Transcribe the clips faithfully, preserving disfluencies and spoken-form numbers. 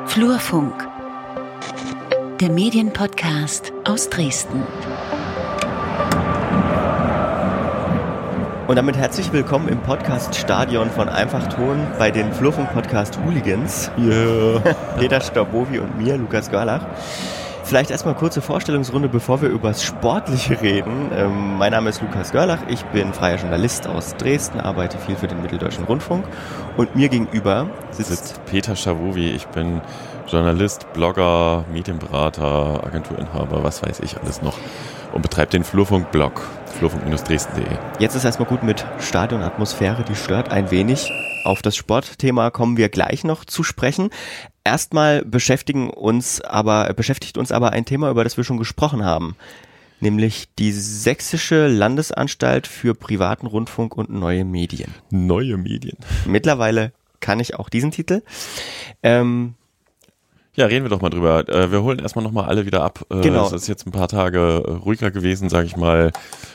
Flurfunk, der Medienpodcast aus Dresden. Und damit herzlich willkommen im Podcast-Stadion von Einfach Ton bei den Flurfunk-Podcast Hooligans. Yeah. Peter Stabovi und mir, Lukas Görlach. Vielleicht erstmal kurze Vorstellungsrunde, bevor wir über das Sportliche reden. Ähm, mein Name ist Lukas Görlach, ich bin freier Journalist aus Dresden, arbeite viel für den Mitteldeutschen Rundfunk und mir gegenüber sitzt, sitzt Peter Stabovi. Ich bin Journalist, Blogger, Medienberater, Agenturinhaber, was weiß ich alles noch und betreibe den Flurfunk-Blog, flurfunk Dresden punkt de. Jetzt ist erstmal gut mit Stadionatmosphäre, die stört ein wenig. Auf das Sportthema kommen wir gleich noch zu sprechen. Erstmal beschäftigen uns aber, beschäftigt uns aber ein Thema, über das wir schon gesprochen haben, nämlich die Sächsische Landesanstalt für privaten Rundfunk und neue Medien. Neue Medien. Mittlerweile kann ich auch diesen Titel. Ähm, ja, reden wir doch mal drüber. Wir holen erstmal nochmal alle wieder ab. Genau. Es ist jetzt ein paar Tage ruhiger gewesen, sage ich mal.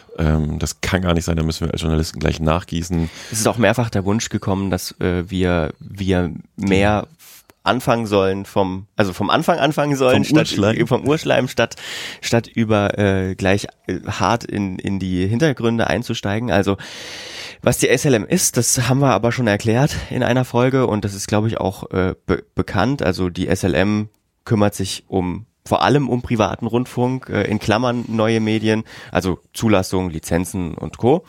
Das kann gar nicht sein, da müssen wir als Journalisten gleich nachgießen. Es ist auch mehrfach der Wunsch gekommen, dass äh, wir, wir mehr anfangen sollen vom, also vom Anfang anfangen sollen, vom statt Urschleim. vom Urschleim, statt, statt über äh, gleich äh, hart in, in die Hintergründe einzusteigen. Also was die S L M ist, das haben wir aber schon erklärt in einer Folge und das ist, glaube ich, auch äh, be- bekannt. Also die S L M kümmert sich um vor allem um privaten Rundfunk, äh, in Klammern neue Medien, also Zulassung, Lizenzen und Co.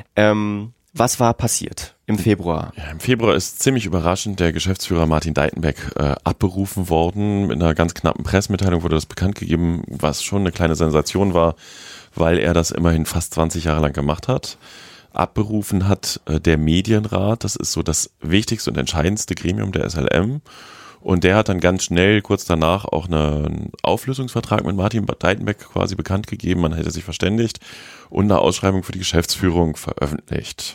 Ähm, was war passiert im Februar? Ja, im Februar ist ziemlich überraschend der Geschäftsführer Martin Deitenbeck äh, abberufen worden. Mit einer ganz knappen Pressemitteilung wurde das bekannt gegeben, was schon eine kleine Sensation war, weil er das immerhin fast zwanzig Jahre lang gemacht hat. Abberufen hat äh, der Medienrat, das ist so das wichtigste und entscheidendste Gremium der S L M. Und der hat dann ganz schnell, kurz danach, auch einen Auflösungsvertrag mit Martin Deitenbeck quasi bekannt gegeben. Man hätte sich verständigt und eine Ausschreibung für die Geschäftsführung veröffentlicht.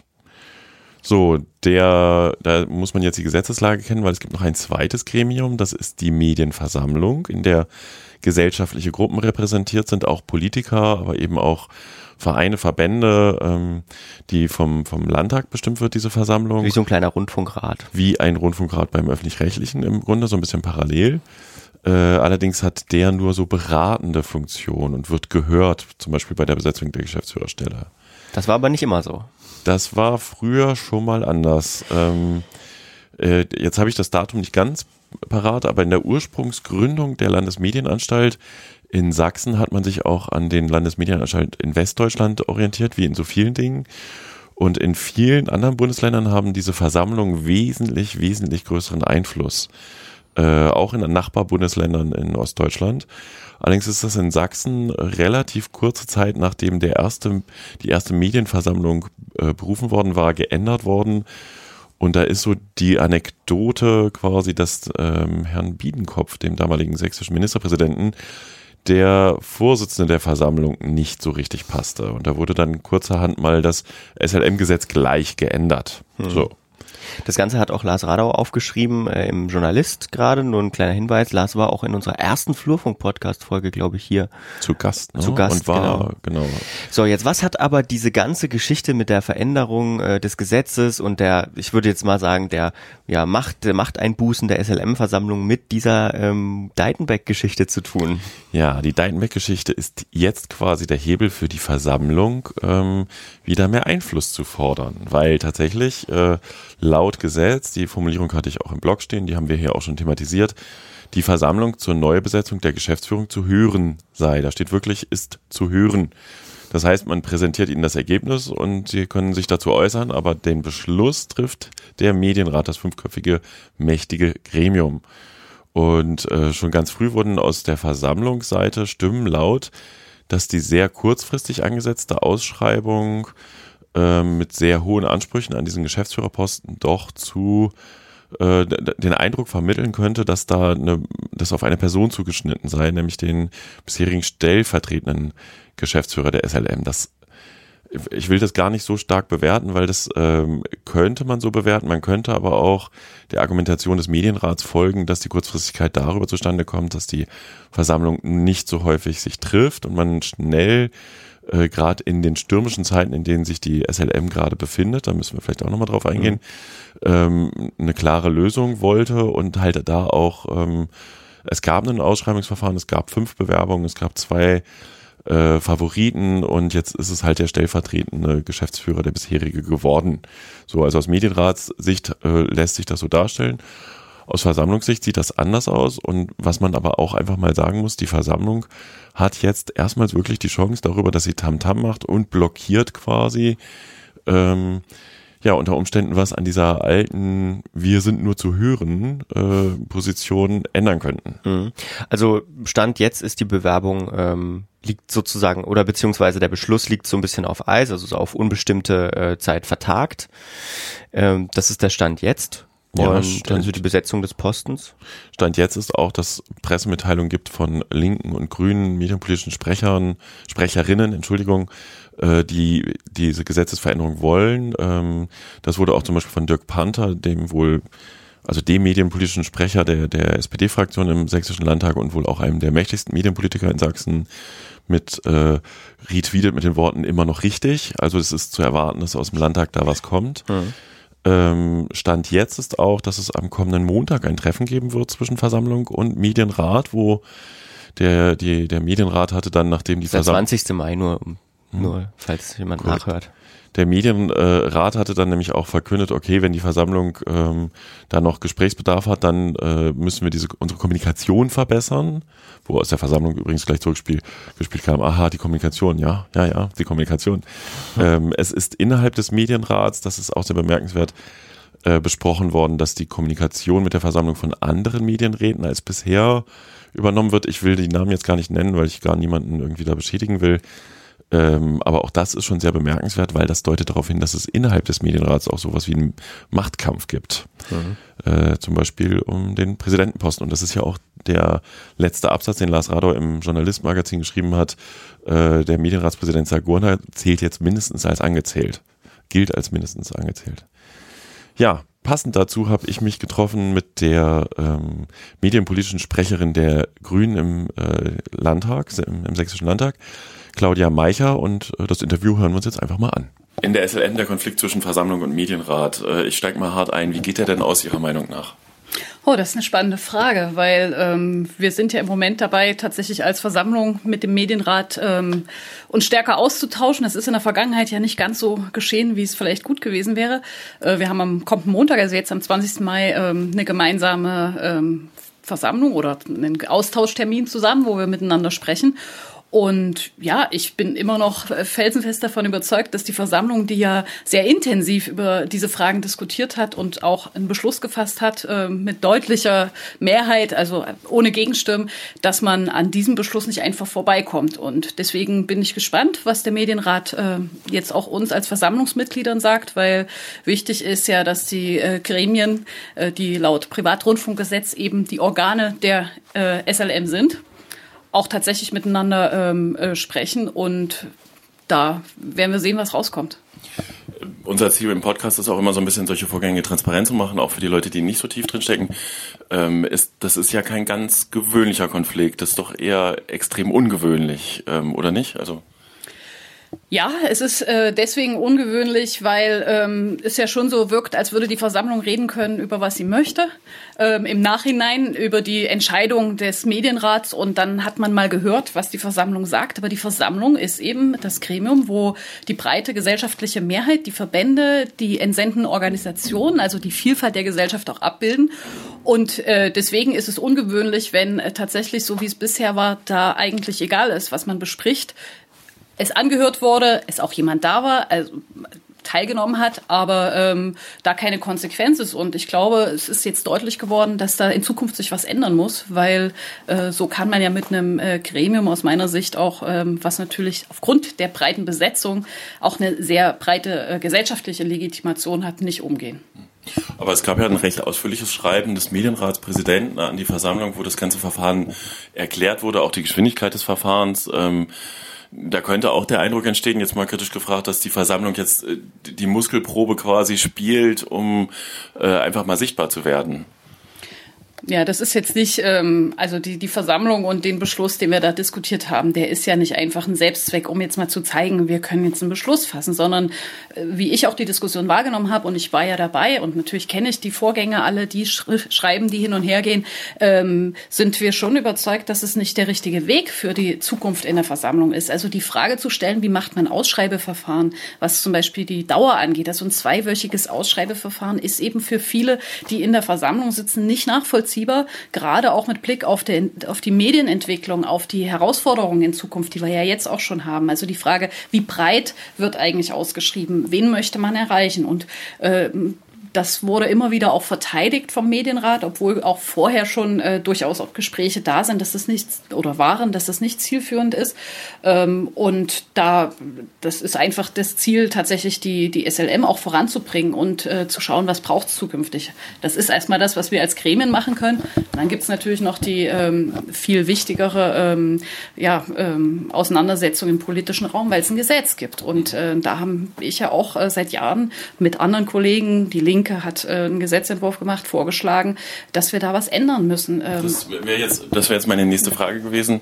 So, der, da muss man jetzt die Gesetzeslage kennen, weil es gibt noch ein zweites Gremium, das ist die Medienversammlung, in der gesellschaftliche Gruppen repräsentiert sind, auch Politiker, aber eben auch Vereine, Verbände, ähm, die vom, vom Landtag bestimmt wird, diese Versammlung. Wie so ein kleiner Rundfunkrat. Wie ein Rundfunkrat beim Öffentlich-Rechtlichen im Grunde, so ein bisschen parallel. Äh, allerdings hat der nur so beratende Funktion und wird gehört, zum Beispiel bei der Besetzung der Geschäftsführerstelle. Das war aber nicht immer so. Das war früher schon mal anders. Ähm, äh, jetzt habe ich das Datum nicht ganz parat, aber in der Ursprungsgründung der Landesmedienanstalt in Sachsen hat man sich auch an den Landesmedienanstalt in Westdeutschland orientiert, wie in so vielen Dingen. Und in vielen anderen Bundesländern haben diese Versammlungen wesentlich, wesentlich größeren Einfluss. Äh, auch in den Nachbarbundesländern in Ostdeutschland. Allerdings ist das in Sachsen relativ kurze Zeit, nachdem der erste, die erste Medienversammlung äh, berufen worden war, geändert worden. Und da ist so die Anekdote quasi, dass ähm, Herrn Biedenkopf, dem damaligen sächsischen Ministerpräsidenten, der Vorsitzende der Versammlung nicht so richtig passte. Und da wurde dann kurzerhand mal das S L M-Gesetz gleich geändert. Hm. So. Das Ganze hat auch Lars Radau aufgeschrieben äh, im Journalist gerade. Nur ein kleiner Hinweis, Lars war auch in unserer ersten Flurfunk-Podcast-Folge, glaube ich, hier zu Gast. Ne? Zu Gast, und war, genau. genau. So, jetzt was hat aber diese ganze Geschichte mit der Veränderung äh, des Gesetzes und der, ich würde jetzt mal sagen, der ja Macht, der Machteinbußen der S L M-Versammlung mit dieser ähm, Deitenbeck-Geschichte zu tun? Ja, die Deitenbeck-Geschichte ist jetzt quasi der Hebel für die Versammlung, ähm, wieder mehr Einfluss zu fordern, weil tatsächlich äh, laut Gesetz, die Formulierung hatte ich auch im Blog stehen, die haben wir hier auch schon thematisiert, die Versammlung zur Neubesetzung der Geschäftsführung zu hören sei. Da steht wirklich, ist zu hören. Das heißt, man präsentiert ihnen das Ergebnis und sie können sich dazu äußern, aber den Beschluss trifft der Medienrat, das fünfköpfige, mächtige Gremium. Und äh, schon ganz früh wurden aus der Versammlungsseite Stimmen laut, dass die sehr kurzfristig angesetzte Ausschreibung äh, mit sehr hohen Ansprüchen an diesen Geschäftsführerposten doch zu äh, den Eindruck vermitteln könnte, dass da eine, dass auf eine Person zugeschnitten sei, nämlich den bisherigen stellvertretenden Geschäftsführer der S L M. Das Ich will das gar nicht so stark bewerten, weil das ähm, könnte man so bewerten. Man könnte aber auch der Argumentation des Medienrats folgen, dass die Kurzfristigkeit darüber zustande kommt, dass die Versammlung nicht so häufig sich trifft und man schnell äh, gerade in den stürmischen Zeiten, in denen sich die S L M gerade befindet, da müssen wir vielleicht auch nochmal drauf eingehen, mhm. ähm, eine klare Lösung wollte und halt da auch, ähm, es gab ein Ausschreibungsverfahren, es gab fünf Bewerbungen, es gab zwei Äh, Favoriten und jetzt ist es halt der stellvertretende Geschäftsführer, der bisherige geworden. So, also aus Medienratssicht äh, lässt sich das so darstellen. Aus Versammlungssicht sieht das anders aus und was man aber auch einfach mal sagen muss, die Versammlung hat jetzt erstmals wirklich die Chance darüber, dass sie Tamtam macht und blockiert quasi ähm, ja unter Umständen was an dieser alten wir sind nur zu hören äh, Position ändern könnten. Also Stand jetzt ist die Bewerbung ähm, liegt sozusagen oder beziehungsweise der Beschluss liegt so ein bisschen auf Eis, also so auf unbestimmte äh, Zeit vertagt. Ähm, das ist der Stand jetzt. Ja, und Stand, also die Besetzung des Postens. Stand jetzt ist auch, dass Pressemitteilungen gibt von linken und grünen medienpolitischen Sprechern, Sprecherinnen, Entschuldigung, äh, die diese Gesetzesveränderung wollen. Ähm, das wurde auch zum Beispiel von Dirk Panther, dem wohl, also dem medienpolitischen Sprecher der, der S P D-Fraktion im Sächsischen Landtag und wohl auch einem der mächtigsten Medienpolitiker in Sachsen, mit äh, retweetet mit den Worten immer noch richtig. Also es ist zu erwarten, dass aus dem Landtag da was kommt. Mhm. Ähm, Stand jetzt ist auch, dass es am kommenden Montag ein Treffen geben wird zwischen Versammlung und Medienrat, wo der, die, der Medienrat hatte dann, nachdem die Versammlung... Der zwanzigsten Mai nur, nur hm. falls jemand Gut. nachhört. Der Medienrat hatte dann nämlich auch verkündet, okay, wenn die Versammlung ähm, da noch Gesprächsbedarf hat, dann äh, müssen wir diese unsere Kommunikation verbessern, wo aus der Versammlung übrigens gleich zurückgespielt gespielt kam, aha, die Kommunikation, ja, ja, ja, die Kommunikation. Hm. Ähm, es ist innerhalb des Medienrats, das ist auch sehr bemerkenswert, äh, besprochen worden, dass die Kommunikation mit der Versammlung von anderen Medienräten als bisher übernommen wird. Ich will die Namen jetzt gar nicht nennen, weil ich gar niemanden irgendwie da beschädigen will. Ähm, aber auch das ist schon sehr bemerkenswert, weil das deutet darauf hin, dass es innerhalb des Medienrats auch sowas wie einen Machtkampf gibt. Mhm. Äh, zum Beispiel um den Präsidentenposten. Und das ist ja auch der letzte Absatz, den Lars Radau im Journalist-Magazin geschrieben hat. Äh, der Medienratspräsident Sagurna zählt jetzt mindestens als angezählt. Gilt als mindestens angezählt. Ja, passend dazu habe ich mich getroffen mit der ähm, medienpolitischen Sprecherin der Grünen im äh, Landtag, im, im Sächsischen Landtag, Claudia Meicher, und äh, das Interview hören wir uns jetzt einfach mal an. In der S L M der Konflikt zwischen Versammlung und Medienrat. Äh, ich steige mal hart ein. Wie geht der denn aus Ihrer Meinung nach? Oh, das ist eine spannende Frage, weil ähm, wir sind ja im Moment dabei, tatsächlich als Versammlung mit dem Medienrat ähm, uns stärker auszutauschen. Das ist in der Vergangenheit ja nicht ganz so geschehen, wie es vielleicht gut gewesen wäre. Äh, wir haben am kommenden Montag, also jetzt am zwanzigsten Mai, ähm, eine gemeinsame ähm, Versammlung oder einen Austauschtermin zusammen, wo wir miteinander sprechen. Und ja, ich bin immer noch felsenfest davon überzeugt, dass die Versammlung, die ja sehr intensiv über diese Fragen diskutiert hat und auch einen Beschluss gefasst hat, äh, mit deutlicher Mehrheit, also ohne Gegenstimmen, dass man an diesem Beschluss nicht einfach vorbeikommt. Und deswegen bin ich gespannt, was der Medienrat äh, jetzt auch uns als Versammlungsmitgliedern sagt, weil wichtig ist ja, dass die äh, Gremien, äh, die laut Privatrundfunkgesetz eben die Organe der äh, S L M sind, auch tatsächlich miteinander ähm, äh, sprechen, und da werden wir sehen, was rauskommt. Unser Ziel im Podcast ist auch immer so ein bisschen solche Vorgänge transparent zu machen, auch für die Leute, die nicht so tief drin stecken. Ähm, ist, das ist ja kein ganz gewöhnlicher Konflikt, das ist doch eher extrem ungewöhnlich, ähm, oder nicht? Also Ja, es ist äh, deswegen ungewöhnlich, weil ähm, es ja schon so wirkt, als würde die Versammlung reden können, über was sie möchte. Ähm, im Nachhinein über die Entscheidung des Medienrats, und dann hat man mal gehört, was die Versammlung sagt. Aber die Versammlung ist eben das Gremium, wo die breite gesellschaftliche Mehrheit, die Verbände, die entsendenden Organisationen, also die Vielfalt der Gesellschaft auch abbilden. Und äh, deswegen ist es ungewöhnlich, wenn äh, tatsächlich, so wie es bisher war, da eigentlich egal ist, was man bespricht. Es angehört wurde, es auch jemand da war, also teilgenommen hat, aber ähm, da keine Konsequenz ist. Und ich glaube, es ist jetzt deutlich geworden, dass da in Zukunft sich was ändern muss, weil äh, so kann man ja mit einem äh, Gremium aus meiner Sicht auch, ähm, was natürlich aufgrund der breiten Besetzung auch eine sehr breite äh, gesellschaftliche Legitimation hat, nicht umgehen. Aber es gab ja ein recht ausführliches Schreiben des Medienratspräsidenten an die Versammlung, wo das ganze Verfahren erklärt wurde, auch die Geschwindigkeit des Verfahrens. Ähm, Da könnte auch der Eindruck entstehen, jetzt mal kritisch gefragt, dass die Versammlung jetzt die Muskelprobe quasi spielt, um äh, einfach mal sichtbar zu werden. Ja, das ist jetzt nicht, ähm, also die, die Versammlung und den Beschluss, den wir da diskutiert haben, der ist ja nicht einfach ein Selbstzweck, um jetzt mal zu zeigen, wir können jetzt einen Beschluss fassen, sondern äh, wie ich auch die Diskussion wahrgenommen habe, und ich war ja dabei und natürlich kenne ich die Vorgänger alle, die sch- schreiben, die hin und her gehen, ähm, sind wir schon überzeugt, dass es nicht der richtige Weg für die Zukunft in der Versammlung ist. Also die Frage zu stellen, wie macht man Ausschreibeverfahren, was zum Beispiel die Dauer angeht. Also ein zweiwöchiges Ausschreibeverfahren ist eben für viele, die in der Versammlung sitzen, nicht nachvollziehbar. Gerade auch mit Blick auf, der, auf die Medienentwicklung, auf die Herausforderungen in Zukunft, die wir ja jetzt auch schon haben. Also die Frage, wie breit wird eigentlich ausgeschrieben? Wen möchte man erreichen? Und äh, das wurde immer wieder auch verteidigt vom Medienrat, obwohl auch vorher schon äh, durchaus auch Gespräche da sind, dass das nicht oder waren, dass das nicht zielführend ist. Ähm, und da, das ist einfach das Ziel, tatsächlich die die S L M auch voranzubringen und äh, zu schauen, was braucht es zukünftig. Das ist erstmal das, was wir als Gremien machen können. Und dann gibt es natürlich noch die ähm, viel wichtigere ähm, ja, ähm, Auseinandersetzung im politischen Raum, weil es ein Gesetz gibt. Und äh, da haben ich ja auch äh, seit Jahren mit anderen Kollegen, die Linke hat äh, einen Gesetzentwurf gemacht, vorgeschlagen, dass wir da was ändern müssen. Ähm das wäre jetzt, das wäre jetzt meine nächste Frage gewesen.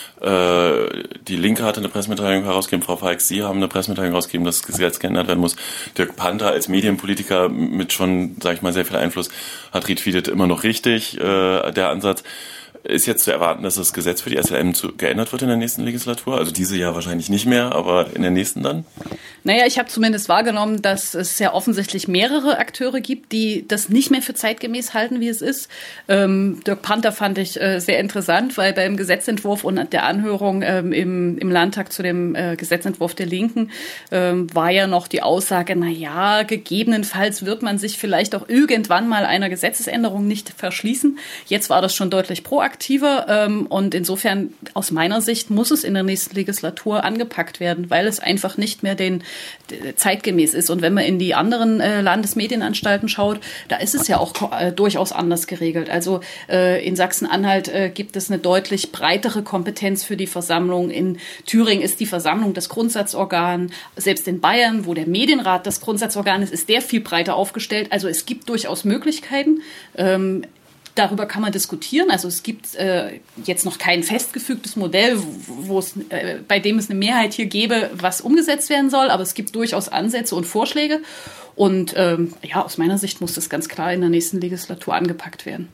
Äh, die Linke hatte eine Pressemitteilung herausgegeben, Frau Feix, Sie haben eine Pressemitteilung herausgegeben, dass das Gesetz geändert werden muss. Dirk Panther als Medienpolitiker mit schon, sage ich mal, sehr viel Einfluss hat retweetet, immer noch richtig, äh, der Ansatz. Ist jetzt zu erwarten, dass das Gesetz für die S L M zu, geändert wird in der nächsten Legislatur? Also diese Jahr wahrscheinlich nicht mehr, aber in der nächsten dann? Naja, ich habe zumindest wahrgenommen, dass es sehr offensichtlich mehrere Akteure gibt, die das nicht mehr für zeitgemäß halten, wie es ist. Ähm, Dirk Panther fand ich äh, sehr interessant, weil beim Gesetzentwurf und der Anhörung ähm, im, im Landtag zu dem äh, Gesetzentwurf der Linken ähm, war ja noch die Aussage, na ja, gegebenenfalls wird man sich vielleicht auch irgendwann mal einer Gesetzesänderung nicht verschließen. Jetzt war das schon deutlich proaktiv. Ähm, und insofern, aus meiner Sicht, muss es in der nächsten Legislatur angepackt werden, weil es einfach nicht mehr den, den zeitgemäß ist. Und wenn man in die anderen äh, Landesmedienanstalten schaut, da ist es ja auch äh, durchaus anders geregelt. Also äh, in Sachsen-Anhalt äh, gibt es eine deutlich breitere Kompetenz für die Versammlung. In Thüringen ist die Versammlung das Grundsatzorgan. Selbst in Bayern, wo der Medienrat das Grundsatzorgan ist, ist der viel breiter aufgestellt. Also es gibt durchaus Möglichkeiten. Ähm, Darüber kann man diskutieren. Also es gibt äh, jetzt noch kein festgefügtes Modell, wo es, äh, bei dem es eine Mehrheit hier gäbe, was umgesetzt werden soll. Aber es gibt durchaus Ansätze und Vorschläge. Und ähm, ja, aus meiner Sicht muss das ganz klar in der nächsten Legislatur angepackt werden.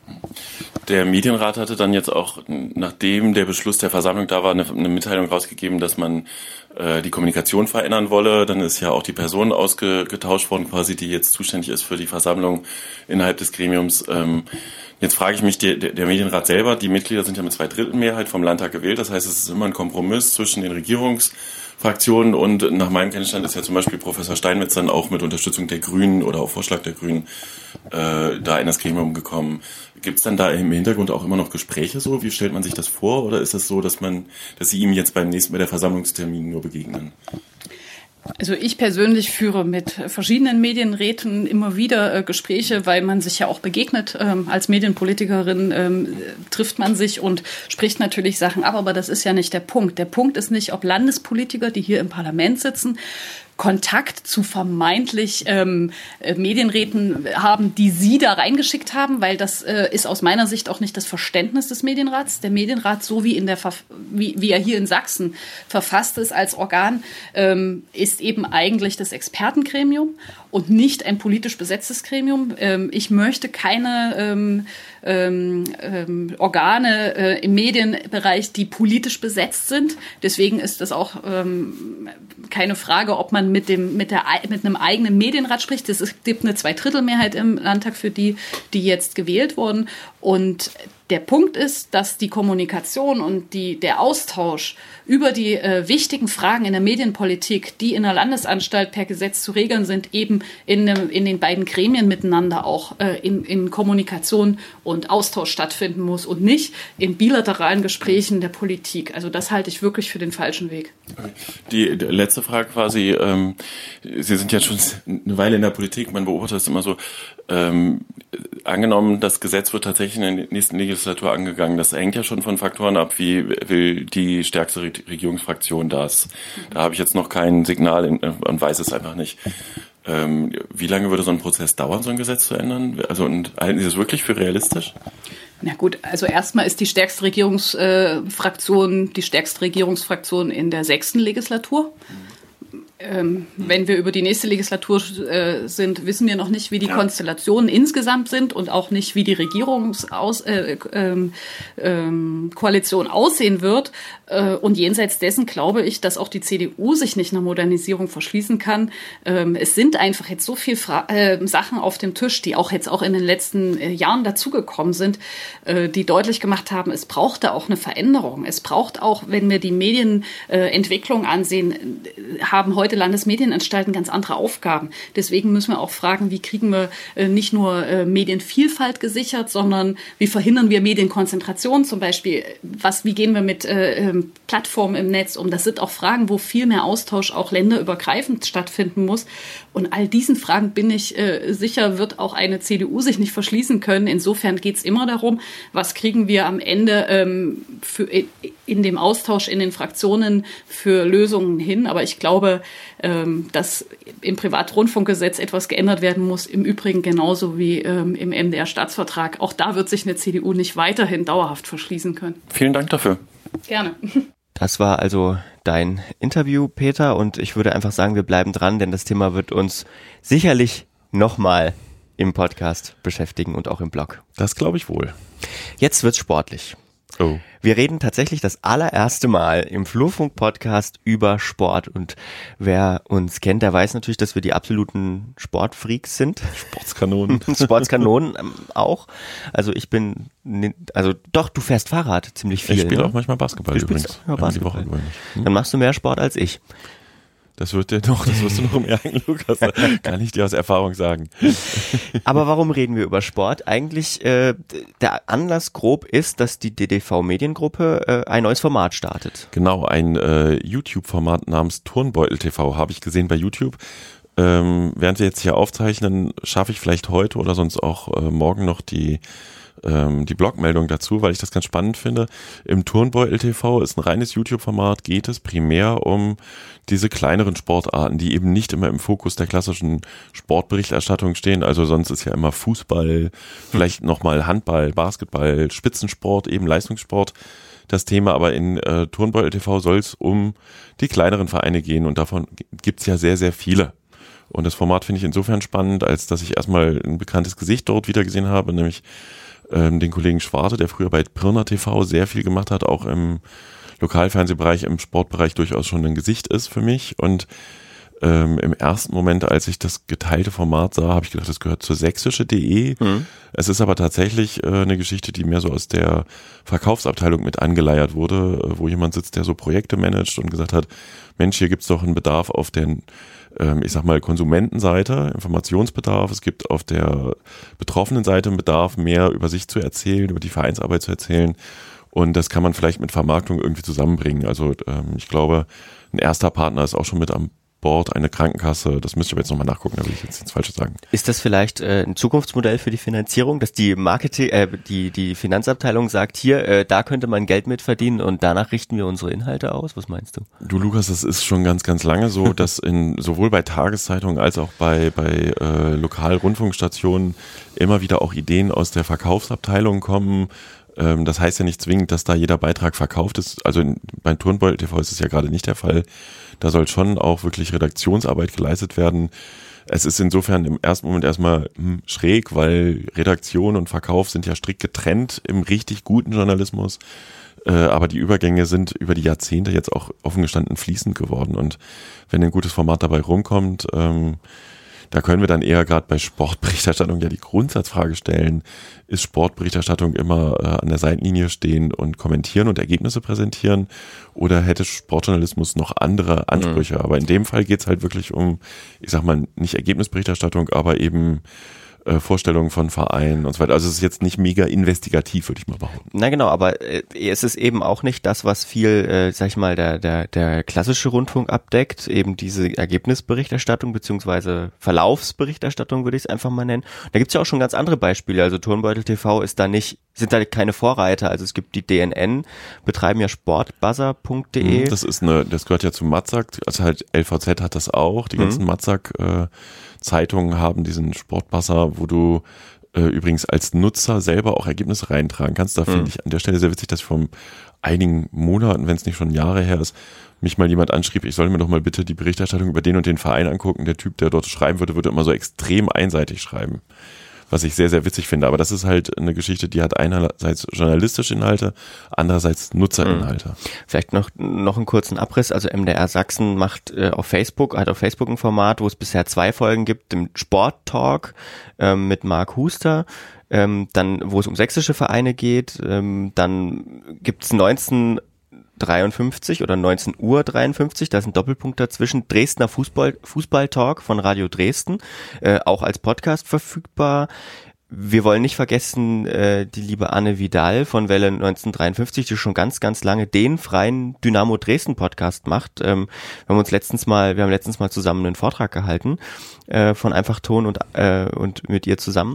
Der Medienrat hatte dann jetzt auch, nachdem der Beschluss der Versammlung da war, eine, eine Mitteilung rausgegeben, dass man äh, die Kommunikation verändern wolle. Dann ist ja auch die Person ausgetauscht worden, quasi, die jetzt zuständig ist für die Versammlung innerhalb des Gremiums. Ähm, Jetzt frage ich mich, der, der Medienrat selber, die Mitglieder sind ja mit zwei Drittel Mehrheit vom Landtag gewählt. Das heißt, es ist immer ein Kompromiss zwischen den Regierungsfraktionen und nach meinem Kenntnisstand ist ja zum Beispiel Professor Steinmetz dann auch mit Unterstützung der Grünen oder auf Vorschlag der Grünen äh, da in das Gremium gekommen. Gibt es dann da im Hintergrund auch immer noch Gespräche so? Wie stellt man sich das vor? Oder ist es das so, dass man, dass Sie ihm jetzt beim nächsten, bei der Versammlungstermin nur begegnen? Also ich persönlich führe mit verschiedenen Medienräten immer wieder äh, Gespräche, weil man sich ja auch begegnet. Ähm, als Medienpolitikerin ähm, trifft man sich und spricht natürlich Sachen ab, aber das ist ja nicht der Punkt. Der Punkt ist nicht, ob Landespolitiker, die hier im Parlament sitzen, Kontakt zu vermeintlich ähm, Medienräten haben, die Sie da reingeschickt haben, weil das äh, ist aus meiner Sicht auch nicht das Verständnis des Medienrats. Der Medienrat, so wie in der Verf- wie, wie er hier in Sachsen verfasst ist als Organ, ähm, ist eben eigentlich das Expertengremium und nicht ein politisch besetztes Gremium. Ähm, ich möchte keine ähm, ähm, ähm, Organe äh, im Medienbereich, die politisch besetzt sind. Deswegen ist das auch ähm, keine Frage, ob man mit dem mit der mit einem eigenen Medienrat spricht. Es gibt eine Zweidrittelmehrheit im Landtag für die, die jetzt gewählt wurden. Und der Punkt ist, dass die Kommunikation und die, der Austausch über die äh, wichtigen Fragen in der Medienpolitik, die in der Landesanstalt per Gesetz zu regeln sind, eben in, dem, in den beiden Gremien miteinander auch äh, in, in Kommunikation und Austausch stattfinden muss und nicht in bilateralen Gesprächen der Politik. Also das halte ich wirklich für den falschen Weg. Die, die letzte Frage quasi, ähm, Sie sind ja schon eine Weile in der Politik, man beobachtet das immer so, ähm, angenommen, das Gesetz wird tatsächlich in der nächsten Legislatur angegangen. Das hängt ja schon von Faktoren ab, wie will die stärkste Regierungsfraktion das. Da habe ich jetzt noch kein Signal und weiß es einfach nicht. Ähm, wie lange würde so ein Prozess dauern, so ein Gesetz zu ändern? Also, und halten Sie das wirklich für realistisch? Na gut, also erstmal ist die stärkste Regierungsfraktion, äh, die stärkste Regierungsfraktion in der sechsten Legislatur. Ähm, wenn wir über die nächste Legislatur äh, sind, wissen wir noch nicht, wie die ja. Konstellationen insgesamt sind und auch nicht, wie die Regierungskoalition äh, ähm, ähm, aussehen wird. Äh, und jenseits dessen glaube ich, dass auch die C D U sich nicht einer Modernisierung verschließen kann. Ähm, es sind einfach jetzt so viele Fra- äh, Sachen auf dem Tisch, die auch jetzt auch in den letzten äh, Jahren dazugekommen sind, äh, die deutlich gemacht haben, es braucht da auch eine Veränderung. Es braucht auch, wenn wir die Medienentwicklung äh, ansehen, äh, haben heute Landesmedienanstalten ganz andere Aufgaben. Deswegen müssen wir auch fragen, wie kriegen wir äh, nicht nur äh, Medienvielfalt gesichert, sondern wie verhindern wir Medienkonzentration zum Beispiel? Was, wie gehen wir mit äh, Plattformen im Netz um? Das sind auch Fragen, wo viel mehr Austausch auch länderübergreifend stattfinden muss. Und all diesen Fragen bin ich äh, sicher, wird auch eine C D U sich nicht verschließen können. Insofern geht es immer darum, was kriegen wir am Ende ähm, für, in dem Austausch in den Fraktionen für Lösungen hin. Aber ich glaube, ähm, dass im Privatrundfunkgesetz etwas geändert werden muss. Im Übrigen genauso wie ähm, im M D R-Staatsvertrag. Auch da wird sich eine C D U nicht weiterhin dauerhaft verschließen können. Vielen Dank dafür. Gerne. Das war also dein Interview, Peter, und ich würde einfach sagen, wir bleiben dran, denn das Thema wird uns sicherlich nochmal im Podcast beschäftigen und auch im Blog. Das glaube ich wohl. Jetzt wird's sportlich. Oh. Wir reden tatsächlich das allererste Mal im Flurfunk-Podcast über Sport, und wer uns kennt, der weiß natürlich, dass wir die absoluten Sportfreaks sind. Sportskanonen. Sportskanonen ähm, auch. Also ich bin, also doch, du fährst Fahrrad ziemlich viel. Ich spiele ne? auch manchmal Basketball du übrigens. Auch Basketball. Die Woche hm? Dann machst du mehr Sport als ich. Das wird dir noch, das wirst du noch merken, Lukas. Kann ich dir aus Erfahrung sagen. Aber warum reden wir über Sport? Eigentlich, äh, der Anlass grob ist, dass die D D V-Mediengruppe äh, ein neues Format startet. Genau, ein äh, YouTube-Format namens Turnbeutel T V habe ich gesehen bei YouTube. Ähm, während wir jetzt hier aufzeichnen, schaffe ich vielleicht heute oder sonst auch äh, morgen noch die die Blogmeldung dazu, weil ich das ganz spannend finde. Im Turnbeutel T V ist ein reines YouTube-Format, geht es primär um diese kleineren Sportarten, die eben nicht immer im Fokus der klassischen Sportberichterstattung stehen. Also sonst ist ja immer Fußball, vielleicht nochmal Handball, Basketball, Spitzensport, eben Leistungssport das Thema. Aber in äh, Turnbeutel T V soll es um die kleineren Vereine gehen, und davon gibt's ja sehr, sehr viele. Und das Format finde ich insofern spannend, als dass ich erstmal ein bekanntes Gesicht dort wieder gesehen habe, nämlich den Kollegen Schwarte, der früher bei Pirna T V sehr viel gemacht hat, auch im Lokalfernsehbereich, im Sportbereich durchaus schon ein Gesicht ist für mich. Und ähm, im ersten Moment, als ich das geteilte Format sah, habe ich gedacht, das gehört zur sächsische.de. Mhm. Es ist aber tatsächlich äh, eine Geschichte, die mehr so aus der Verkaufsabteilung mit angeleiert wurde, äh, wo jemand sitzt, der so Projekte managt und gesagt hat, Mensch, hier gibt's doch einen Bedarf auf den ich sag mal, Konsumentenseite, Informationsbedarf. Es gibt auf der betroffenen Seite einen Bedarf, mehr über sich zu erzählen, über die Vereinsarbeit zu erzählen. Und das kann man vielleicht mit Vermarktung irgendwie zusammenbringen. Also ähm, ich glaube, ein erster Partner ist auch schon mit am Bord, eine Krankenkasse. Das müsste ich aber jetzt nochmal nachgucken, da will ich jetzt nichts Falsches sagen. Ist das vielleicht äh, ein Zukunftsmodell für die Finanzierung, dass die Marketing, äh, die die Finanzabteilung sagt, hier, äh, da könnte man Geld mit verdienen und danach richten wir unsere Inhalte aus? Was meinst du? Du, Lukas, das ist schon ganz, ganz lange so, dass in sowohl bei Tageszeitungen als auch bei bei äh, Lokalrundfunkstationen immer wieder auch Ideen aus der Verkaufsabteilung kommen. Ähm, das heißt ja nicht zwingend, dass da jeder Beitrag verkauft ist. Also in, bei Turnbeutel T V ist es ja gerade nicht der Fall. Da soll schon auch wirklich Redaktionsarbeit geleistet werden. Es ist insofern im ersten Moment erstmal hm, schräg, weil Redaktion und Verkauf sind ja strikt getrennt im richtig guten Journalismus. Äh, aber die Übergänge sind über die Jahrzehnte jetzt auch offen gestanden fließend geworden. Und wenn ein gutes Format dabei rumkommt, ähm, da können wir dann eher gerade bei Sportberichterstattung ja die Grundsatzfrage stellen, ist Sportberichterstattung immer äh, an der Seitenlinie stehen und kommentieren und Ergebnisse präsentieren, oder hätte Sportjournalismus noch andere Ansprüche? Mhm. Aber in dem Fall geht's halt wirklich um, ich sag mal, nicht Ergebnisberichterstattung, aber eben äh, Vorstellungen von Vereinen und so weiter. Also es ist jetzt nicht mega investigativ, würde ich mal behaupten. Na genau, aber äh, es ist eben auch nicht das, was viel, äh, sag ich mal, der der der klassische Rundfunk abdeckt, eben diese Ergebnisberichterstattung beziehungsweise Verlaufsberichterstattung, würde ich es einfach mal nennen. Da gibt's ja auch schon ganz andere Beispiele. Also Turnbeutel T V ist da nicht, sind da keine Vorreiter. Also es gibt die D N N, betreiben ja sportbuzzer punkt de. Das ist eine, das gehört ja zu Matzak, also halt L V Z hat das auch, die ganzen mhm. Matzak äh, Zeitungen haben diesen Sportbuzzer, wo du äh, übrigens als Nutzer selber auch Ergebnisse reintragen kannst. Da finde mhm. ich an der Stelle sehr witzig, dass ich vor einigen Monaten, wenn es nicht schon Jahre her ist, mich mal jemand anschrieb, ich soll mir doch mal bitte die Berichterstattung über den und den Verein angucken. Der Typ, der dort schreiben würde, würde immer so extrem einseitig schreiben. Was ich sehr, sehr witzig finde. Aber das ist halt eine Geschichte, die hat einerseits journalistische Inhalte, andererseits Nutzerinhalte. Mhm. Vielleicht noch, noch einen kurzen Abriss. Also M D R Sachsen macht äh, auf Facebook, hat auf Facebook ein Format, wo es bisher zwei Folgen gibt, dem Sport-Talk ähm, mit Marc Huster. Ähm, dann, wo es um sächsische Vereine geht. Ähm, dann gibt's neunzehn dreiundfünfzig oder neunzehn Uhr dreiundfünfzig, da ist ein Doppelpunkt dazwischen, Dresdner Fußball, Fußball-Talk von Radio Dresden, äh, auch als Podcast verfügbar. Wir wollen nicht vergessen, äh, die liebe Anne Vidal von Welle neunzehnhundertdreiundfünfzig, die schon ganz, ganz lange den freien Dynamo Dresden Podcast macht. Ähm, wir haben uns letztens mal, wir haben letztens mal zusammen einen Vortrag gehalten, äh, von Einfach Ton und, äh, und mit ihr zusammen.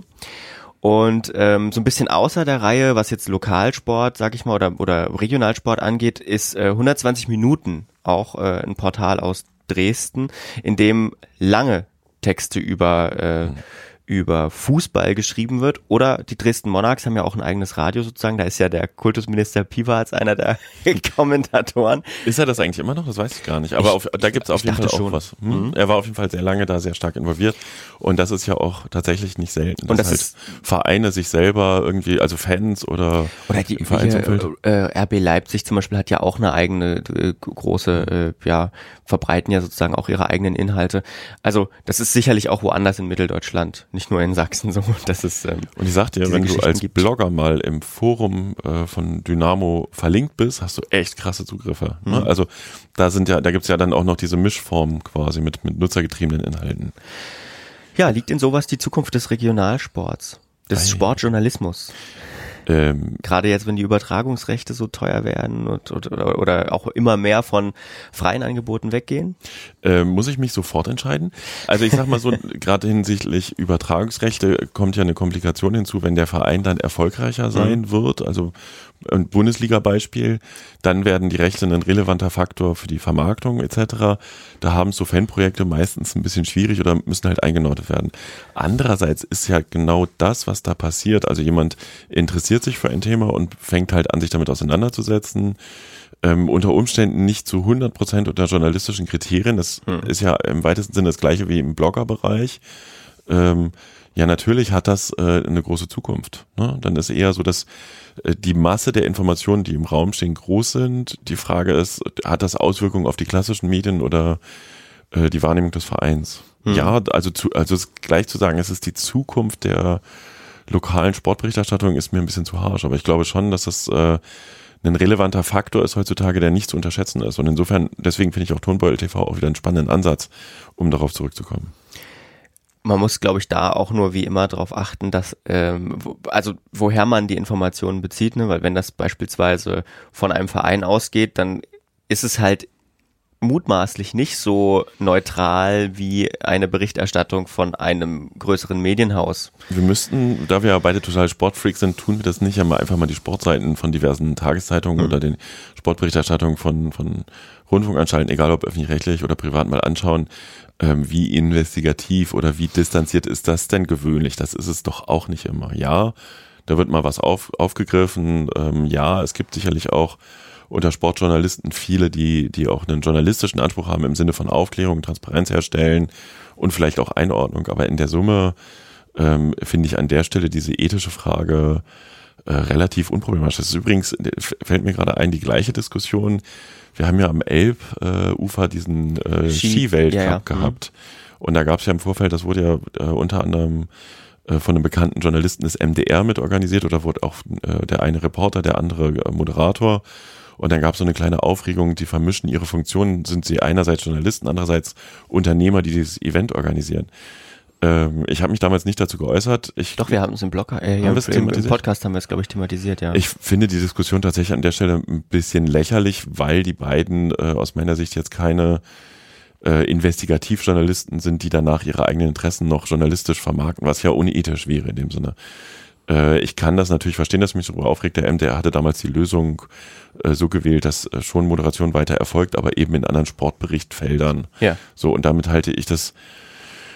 Und ähm, so ein bisschen außer der Reihe, was jetzt Lokalsport, sag ich mal, oder oder Regionalsport angeht, ist äh, hundertzwanzig Minuten auch äh, ein Portal aus Dresden, in dem lange Texte über äh, mhm. über Fußball geschrieben wird. Oder die Dresden Monarchs haben ja auch ein eigenes Radio sozusagen. Da ist ja der Kultusminister Piva als einer der Kommentatoren. Ist er das eigentlich immer noch? Das weiß ich gar nicht. Aber ich, auf, da gibt es auf jeden Fall auch schon. was. Hm? Mhm. Er war auf jeden Fall sehr lange da, sehr stark involviert. Und das ist ja auch tatsächlich nicht selten. Und das halt ist Vereine sich selber irgendwie, also Fans oder, oder die im Vereinsumfeld. Äh, R B Leipzig zum Beispiel hat ja auch eine eigene äh, große, äh, ja, verbreiten ja sozusagen auch ihre eigenen Inhalte. Also das ist sicherlich auch woanders in Mitteldeutschland, nicht nur in Sachsen so. Das ist, ähm, und ich sag dir, wenn du als gibt. Blogger mal im Forum äh, von Dynamo verlinkt bist, hast du echt krasse Zugriffe. Mhm. Ne? Also da sind ja, da gibt's ja dann auch noch diese Mischform quasi mit, mit nutzergetriebenen Inhalten. Ja, liegt in sowas die Zukunft des Regionalsports, des Ei. Sportjournalismus. Ähm, Gerade jetzt, wenn die Übertragungsrechte so teuer werden und, oder, oder auch immer mehr von freien Angeboten weggehen? Äh, muss ich mich sofort entscheiden? Also ich sag mal so, gerade hinsichtlich Übertragungsrechte kommt ja eine Komplikation hinzu, wenn der Verein dann erfolgreicher sein mhm. wird, also ein Bundesliga-Beispiel, dann werden die Rechte ein relevanter Faktor für die Vermarktung et cetera. Da haben so Fanprojekte meistens ein bisschen schwierig oder müssen halt eingenordet werden. Andererseits ist ja genau das, was da passiert. Also jemand interessiert sich für ein Thema und fängt halt an, sich damit auseinanderzusetzen. Ähm, unter Umständen nicht zu hundert Prozent unter journalistischen Kriterien. Das hm. ist ja im weitesten Sinne das Gleiche wie im Bloggerbereich. Ähm, ja, natürlich hat das äh, eine große Zukunft. Ne? Dann ist eher so, dass äh, die Masse der Informationen, die im Raum stehen, groß sind. Die Frage ist, hat das Auswirkungen auf die klassischen Medien oder äh, die Wahrnehmung des Vereins? Hm. Ja, also zu, also es gleich zu sagen, es ist die Zukunft der lokalen Sportberichterstattung, ist mir ein bisschen zu harsch. Aber ich glaube schon, dass das äh, ein relevanter Faktor ist heutzutage, der nicht zu unterschätzen ist. Und insofern, deswegen finde ich auch Turnbeutel T V auch wieder einen spannenden Ansatz, um darauf zurückzukommen. Man muss, glaube ich, da auch nur wie immer darauf achten, dass, ähm, wo, also woher man die Informationen bezieht, ne? Weil wenn das beispielsweise von einem Verein ausgeht, dann ist es halt mutmaßlich nicht so neutral wie eine Berichterstattung von einem größeren Medienhaus. Wir müssten, da wir ja beide total Sportfreaks sind, tun wir das nicht, einmal einfach mal die Sportseiten von diversen Tageszeitungen mhm. oder den Sportberichterstattungen von, von Rundfunkanstalten, egal ob öffentlich-rechtlich oder privat, mal anschauen, ähm, wie investigativ oder wie distanziert ist das denn gewöhnlich? Das ist es doch auch nicht immer. Ja, da wird mal was auf, aufgegriffen. Ähm, ja, es gibt sicherlich auch unter Sportjournalisten viele, die, die auch einen journalistischen Anspruch haben im Sinne von Aufklärung, Transparenz herstellen und vielleicht auch Einordnung. Aber in der Summe ähm, finde ich an der Stelle diese ethische Frage äh, relativ unproblematisch. Das ist übrigens, fällt mir gerade ein, die gleiche Diskussion. Wir haben ja am Elbufer äh, diesen äh, Ski, Skiweltcup ja, ja. gehabt. Mhm. Und da gab es ja im Vorfeld, das wurde ja äh, unter anderem äh, von einem bekannten Journalisten des M D R mit organisiert oder wurde auch äh, der eine Reporter, der andere äh, Moderator. Und dann gab es so eine kleine Aufregung, die vermischen ihre Funktionen, sind sie einerseits Journalisten, andererseits Unternehmer, die dieses Event organisieren. Ähm, ich habe mich damals nicht dazu geäußert. Ich, Doch, wir haben es im Blog, äh, ja, im, im Podcast haben wir es, glaube ich, thematisiert, ja. Ich finde die Diskussion tatsächlich an der Stelle ein bisschen lächerlich, weil die beiden äh, aus meiner Sicht jetzt keine äh, Investigativjournalisten sind, die danach ihre eigenen Interessen noch journalistisch vermarkten, was ja unethisch wäre in dem Sinne. Ich kann das natürlich verstehen, dass mich darüber aufregt. Der M D R hatte damals die Lösung äh, so gewählt, dass äh, schon Moderation weiter erfolgt, aber eben in anderen Sportberichtfeldern. Ja. So, und damit halte ich das,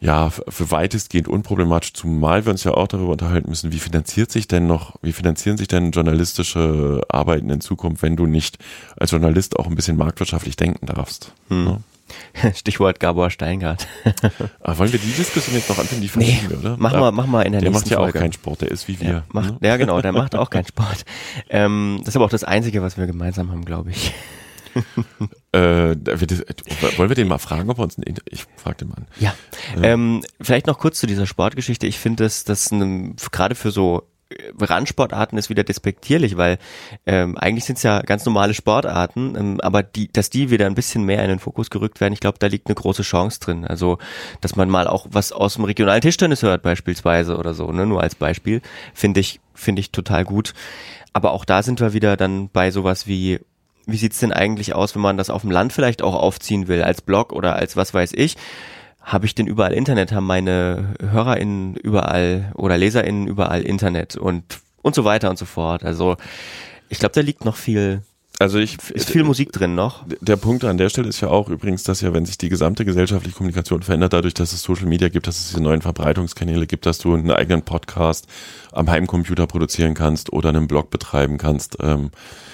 ja, für weitestgehend unproblematisch, zumal wir uns ja auch darüber unterhalten müssen, wie finanziert sich denn noch, wie finanzieren sich denn journalistische Arbeiten in Zukunft, wenn du nicht als Journalist auch ein bisschen marktwirtschaftlich denken darfst. Hm. Ja? Stichwort Gabor Steingart. Aber wollen wir die Diskussion jetzt noch anfangen? Die verstehen wir, oder? Mach mal, mach mal in der der nächsten macht ja Folge. auch keinen Sport, der ist wie wir. Ja, macht, ne? ja genau, der macht auch keinen Sport. Ähm, das ist aber auch das Einzige, was wir gemeinsam haben, glaube ich. Äh, wollen wir den mal fragen, ob er uns ein, ich frage den mal an. Ja, ähm, vielleicht noch kurz zu dieser Sportgeschichte. Ich finde, dass das eine, gerade für so Randsportarten ist wieder despektierlich, weil ähm, eigentlich sind es ja ganz normale Sportarten, ähm, aber die, dass die wieder ein bisschen mehr in den Fokus gerückt werden, ich glaube, da liegt eine große Chance drin. Also, dass man mal auch was aus dem regionalen Tischtennis hört beispielsweise oder so, ne, nur als Beispiel, finde ich, finde ich total gut. Aber auch da sind wir wieder dann bei sowas wie, wie sieht's denn eigentlich aus, wenn man das auf dem Land vielleicht auch aufziehen will, als Blog oder als was weiß ich? Habe ich denn überall Internet? Haben meine HörerInnen überall oder LeserInnen überall Internet und und so weiter und so fort. Also ich glaube, da liegt noch viel, also ich, ist viel Musik drin noch. Der Punkt an der Stelle ist ja auch übrigens, dass ja, wenn sich die gesamte gesellschaftliche Kommunikation verändert, dadurch, dass es Social Media gibt, dass es diese neuen Verbreitungskanäle gibt, dass du einen eigenen Podcast am Heimcomputer produzieren kannst oder einen Blog betreiben kannst. Ähm,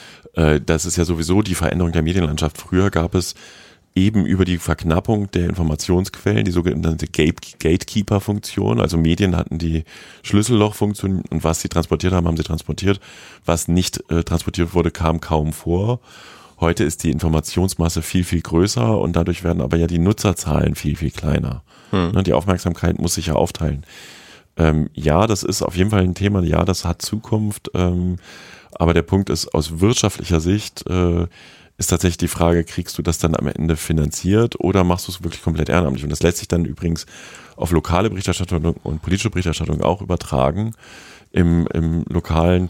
äh, das ist ja sowieso die Veränderung der Medienlandschaft. Früher gab es eben über die Verknappung der Informationsquellen, die sogenannte Gate- Gatekeeper-Funktion, also Medien hatten die Schlüsselloch-Funktion und was sie transportiert haben, haben sie transportiert. Was nicht äh, transportiert wurde, kam kaum vor. Heute ist die Informationsmasse viel, viel größer und dadurch werden aber ja die Nutzerzahlen viel, viel kleiner. Hm. Die Aufmerksamkeit muss sich ja aufteilen. Ähm, ja, das ist auf jeden Fall ein Thema, ja, das hat Zukunft, ähm, aber der Punkt ist, aus wirtschaftlicher Sicht äh, ist tatsächlich die Frage, kriegst du das dann am Ende finanziert oder machst du es wirklich komplett ehrenamtlich? Und das lässt sich dann übrigens auf lokale Berichterstattung und politische Berichterstattung auch übertragen. Im, im Lokalen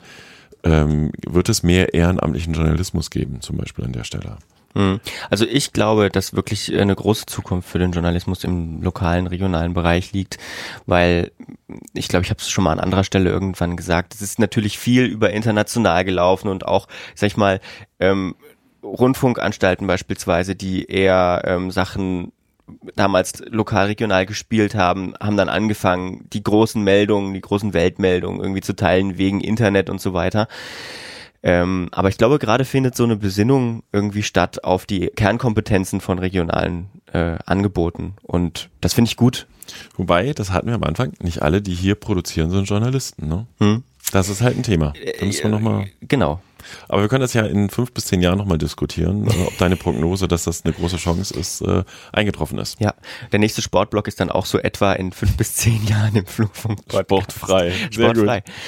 ähm, wird es mehr ehrenamtlichen Journalismus geben, zum Beispiel an der Stelle. Also ich glaube, dass wirklich eine große Zukunft für den Journalismus im lokalen, regionalen Bereich liegt, weil ich glaube, ich habe es schon mal an anderer Stelle irgendwann gesagt, es ist natürlich viel über international gelaufen und auch, sag ich mal, ähm, Rundfunkanstalten beispielsweise, die eher ähm, Sachen damals lokal, regional gespielt haben, haben dann angefangen, die großen Meldungen, die großen Weltmeldungen irgendwie zu teilen wegen Internet und so weiter. Ähm, aber ich glaube, gerade findet so eine Besinnung irgendwie statt auf die Kernkompetenzen von regionalen äh, Angeboten und das finde ich gut. Wobei, das hatten wir am Anfang, nicht alle, die hier produzieren, sind Journalisten, ne? Hm? Das ist halt ein Thema. Da müssen wir noch mal Genau. Aber wir können das ja in fünf bis zehn Jahren nochmal diskutieren, ob deine Prognose, dass das eine große Chance ist, äh, eingetroffen ist. Ja, der nächste Sportblock ist dann auch so etwa in fünf bis zehn Jahren im Flugfunk. Sportfrei. Sehr Sportfrei. Gut.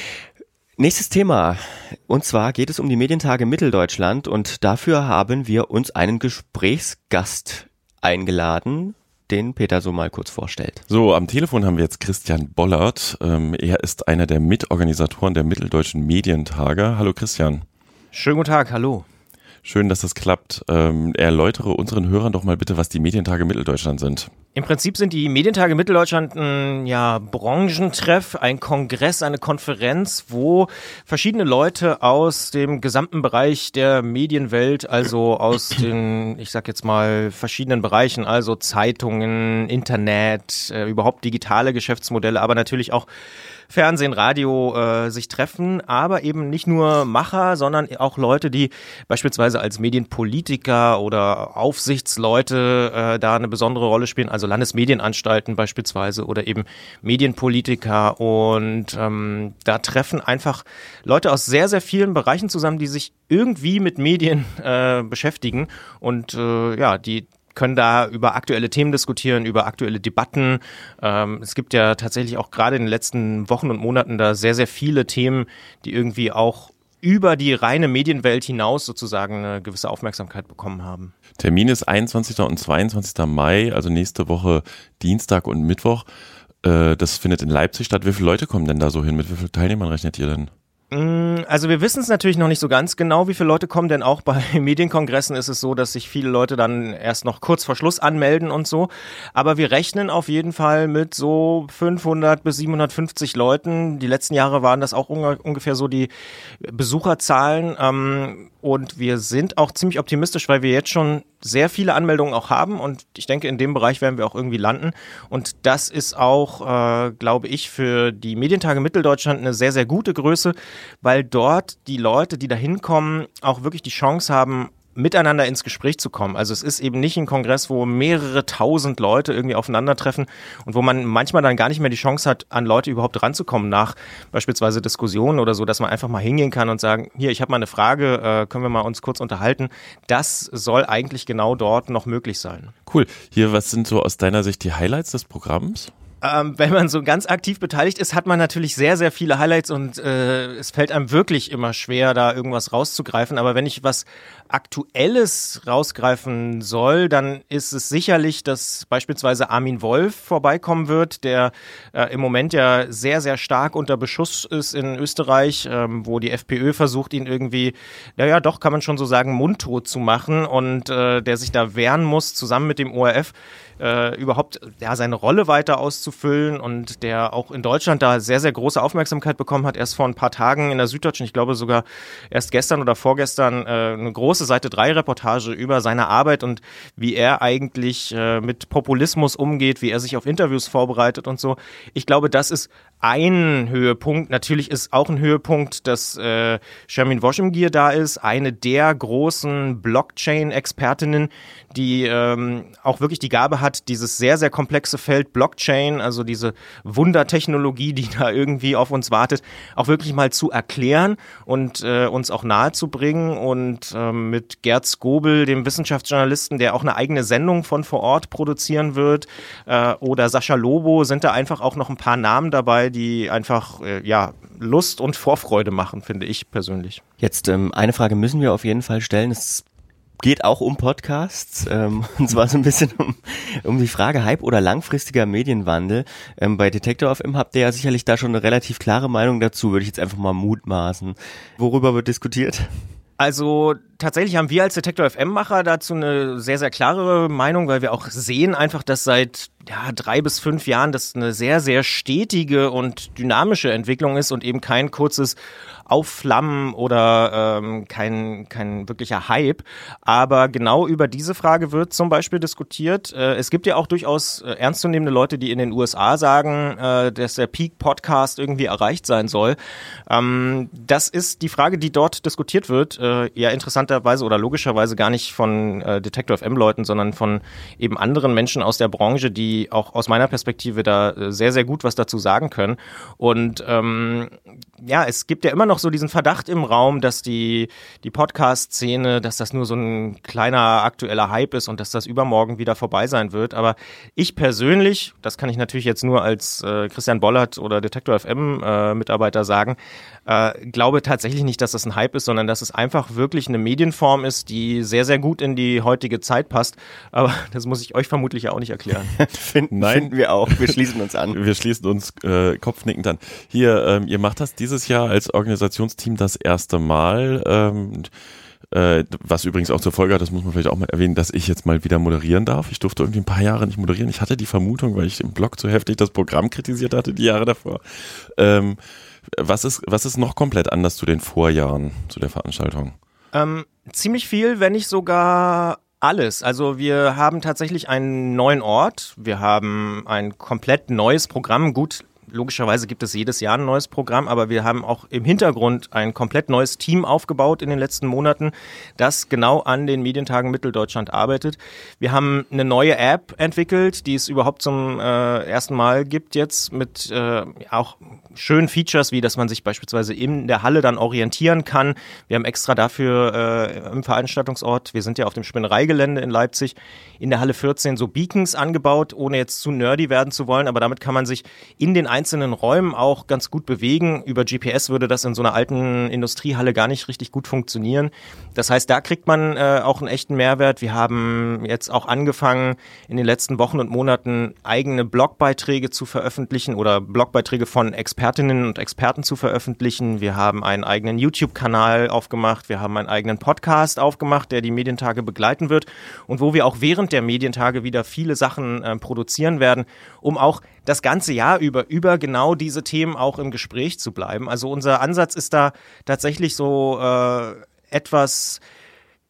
Nächstes Thema. Und zwar geht es um die Medientage Mitteldeutschland und dafür haben wir uns einen Gesprächsgast eingeladen, den Peter so mal kurz vorstellt. So, am Telefon haben wir jetzt Christian Bollert. Ähm, er ist einer der Mitorganisatoren der Mitteldeutschen Medientage. Hallo Christian. Schönen guten Tag, hallo. Schön, dass das klappt. Ähm, erläutere unseren Hörern doch mal bitte, was die Medientage Mitteldeutschland sind. Im Prinzip sind die Medientage Mitteldeutschland ein ja, Branchentreff, ein Kongress, eine Konferenz, wo verschiedene Leute aus dem gesamten Bereich der Medienwelt, also aus den, ich sag jetzt mal, verschiedenen Bereichen, also Zeitungen, Internet, äh, überhaupt digitale Geschäftsmodelle, aber natürlich auch Fernsehen, Radio äh, sich treffen, aber eben nicht nur Macher, sondern auch Leute, die beispielsweise als Medienpolitiker oder Aufsichtsleute äh, da eine besondere Rolle spielen, also Landesmedienanstalten beispielsweise oder eben Medienpolitiker und ähm, da treffen einfach Leute aus sehr, sehr vielen Bereichen zusammen, die sich irgendwie mit Medien äh, beschäftigen und äh, ja, die können da über aktuelle Themen diskutieren, über aktuelle Debatten. Ähm, es gibt ja tatsächlich auch gerade in den letzten Wochen und Monaten da sehr, sehr viele Themen, die irgendwie auch über die reine Medienwelt hinaus sozusagen eine gewisse Aufmerksamkeit bekommen haben. Termin ist einundzwanzigsten und zweiundzwanzigsten Mai, also nächste Woche Dienstag und Mittwoch. Äh, das findet in Leipzig statt. Wie viele Leute kommen denn da so hin? Mit wie vielen Teilnehmern rechnet ihr denn? Also wir wissen es natürlich noch nicht so ganz genau, wie viele Leute kommen, denn auch bei Medienkongressen ist es so, dass sich viele Leute dann erst noch kurz vor Schluss anmelden und so. Aber wir rechnen auf jeden Fall mit so fünfhundert bis siebenhundertfünfzig Leuten. Die letzten Jahre waren das auch un- ungefähr so die Besucherzahlen. Ähm, und wir sind auch ziemlich optimistisch, weil wir jetzt schon sehr viele Anmeldungen auch haben und ich denke, in dem Bereich werden wir auch irgendwie landen. Und das ist auch, äh, glaube ich, für die Medientage Mitteldeutschland eine sehr, sehr gute Größe, weil dort die Leute, die da hinkommen, auch wirklich die Chance haben, miteinander ins Gespräch zu kommen. Also es ist eben nicht ein Kongress, wo mehrere tausend Leute irgendwie aufeinandertreffen und wo man manchmal dann gar nicht mehr die Chance hat, an Leute überhaupt ranzukommen nach beispielsweise Diskussionen oder so, dass man einfach mal hingehen kann und sagen, hier, ich habe mal eine Frage, äh, können wir mal uns kurz unterhalten. Das soll eigentlich genau dort noch möglich sein. Cool. Hier, was sind so aus deiner Sicht die Highlights des Programms? Ähm, wenn man so ganz aktiv beteiligt ist, hat man natürlich sehr, sehr viele Highlights und äh, es fällt einem wirklich immer schwer, da irgendwas rauszugreifen. Aber wenn ich was Aktuelles rausgreifen soll, dann ist es sicherlich, dass beispielsweise Armin Wolf vorbeikommen wird, der äh, im Moment ja sehr, sehr stark unter Beschuss ist in Österreich, ähm, wo die FPÖ versucht, ihn irgendwie, naja doch, kann man schon so sagen, mundtot zu machen und äh, der sich da wehren muss, zusammen mit dem O R F, äh, überhaupt ja, seine Rolle weiter auszufüllen und der auch in Deutschland da sehr, sehr große Aufmerksamkeit bekommen hat. Erst vor ein paar Tagen in der Süddeutschen, ich glaube sogar erst gestern oder vorgestern, äh, eine große Seite drei Reportage über seine Arbeit und wie er eigentlich äh, mit Populismus umgeht, wie er sich auf Interviews vorbereitet und so. Ich glaube, das ist ein Höhepunkt. Natürlich ist auch ein Höhepunkt, dass äh, Shermin Woschimgir da ist, eine der großen Blockchain-Expertinnen, die ähm, auch wirklich die Gabe hat, dieses sehr, sehr komplexe Feld Blockchain, also diese Wundertechnologie, die da irgendwie auf uns wartet, auch wirklich mal zu erklären und äh, uns auch nahezubringen. Und ähm, mit Gerd Skobel, dem Wissenschaftsjournalisten, der auch eine eigene Sendung von vor Ort produzieren wird, äh, oder Sascha Lobo, sind da einfach auch noch ein paar Namen dabei, die einfach äh, ja Lust und Vorfreude machen, finde ich persönlich. Jetzt ähm, eine Frage müssen wir auf jeden Fall stellen. Es geht auch um Podcasts, ähm, und zwar so ein bisschen um, um die Frage Hype oder langfristiger Medienwandel. Ähm, bei Detektor F M habt ihr ja sicherlich da schon eine relativ klare Meinung dazu, würde ich jetzt einfach mal mutmaßen. Worüber wird diskutiert? Also tatsächlich haben wir als Detektor F M-Macher dazu eine sehr, sehr klare Meinung, weil wir auch sehen einfach, dass seit ja, drei bis fünf Jahren das eine sehr, sehr stetige und dynamische Entwicklung ist und eben kein kurzes Aufflammen oder ähm, kein, kein wirklicher Hype. Aber genau über diese Frage wird zum Beispiel diskutiert. Äh, es gibt ja auch durchaus äh, ernstzunehmende Leute, die in den U S A sagen, äh, dass der Peak-Podcast irgendwie erreicht sein soll. Ähm, das ist die Frage, die dort diskutiert wird. Äh, ja, interessanterweise oder logischerweise gar nicht von äh, Detektor F M-Leuten, sondern von eben anderen Menschen aus der Branche, die auch aus meiner Perspektive da äh, sehr, sehr gut was dazu sagen können. Und ähm, ja, es gibt ja immer noch so diesen Verdacht im Raum, dass die, die Podcast-Szene, dass das nur so ein kleiner aktueller Hype ist und dass das übermorgen wieder vorbei sein wird. Aber ich persönlich, das kann ich natürlich jetzt nur als äh, Christian Bollert oder Detektor F M-Mitarbeiter äh, sagen, äh, glaube tatsächlich nicht, dass das ein Hype ist, sondern dass es einfach wirklich eine Medienform ist, die sehr, sehr gut in die heutige Zeit passt. Aber das muss ich euch vermutlich ja auch nicht erklären. finden, Nein. finden wir auch. Wir schließen uns an. Wir schließen uns äh, kopfnickend an. Hier, ähm, ihr macht das dieses Jahr als Organisationsteam das erste Mal, ähm, äh, was übrigens auch zur Folge hat, das muss man vielleicht auch mal erwähnen, dass ich jetzt mal wieder moderieren darf. Ich durfte irgendwie ein paar Jahre nicht moderieren. Ich hatte die Vermutung, weil ich im Blog zu heftig das Programm kritisiert hatte, die Jahre davor. Ähm, was ist, was ist noch komplett anders zu den Vorjahren, zu der Veranstaltung? Ähm, ziemlich viel, wenn nicht sogar alles. Also wir haben tatsächlich einen neuen Ort. Wir haben ein komplett neues Programm. Gut, logischerweise gibt es jedes Jahr ein neues Programm, aber wir haben auch im Hintergrund ein komplett neues Team aufgebaut in den letzten Monaten, das genau an den Medientagen Mitteldeutschland arbeitet. Wir haben eine neue App entwickelt, die es überhaupt zum äh, ersten Mal gibt jetzt mit äh, auch schönen Features, wie dass man sich beispielsweise in der Halle dann orientieren kann. Wir haben extra dafür äh, im Veranstaltungsort, wir sind ja auf dem Spinnereigelände in Leipzig, in der Halle vierzehn so Beacons angebaut, ohne jetzt zu nerdy werden zu wollen, aber damit kann man sich in den einzelnen Räumen auch ganz gut bewegen. Über G P S würde das in so einer alten Industriehalle gar nicht richtig gut funktionieren. Das heißt, da kriegt man äh, auch einen echten Mehrwert. Wir haben jetzt auch angefangen, in den letzten Wochen und Monaten eigene Blogbeiträge zu veröffentlichen oder Blogbeiträge von Expertinnen und Experten zu veröffentlichen. Wir haben einen eigenen YouTube-Kanal aufgemacht. Wir haben einen eigenen Podcast aufgemacht, der die Medientage begleiten wird und wo wir auch während der Medientage wieder viele Sachen äh, produzieren werden, um auch das ganze Jahr über, über genau diese Themen auch im Gespräch zu bleiben. Also unser Ansatz ist da tatsächlich so äh, etwas,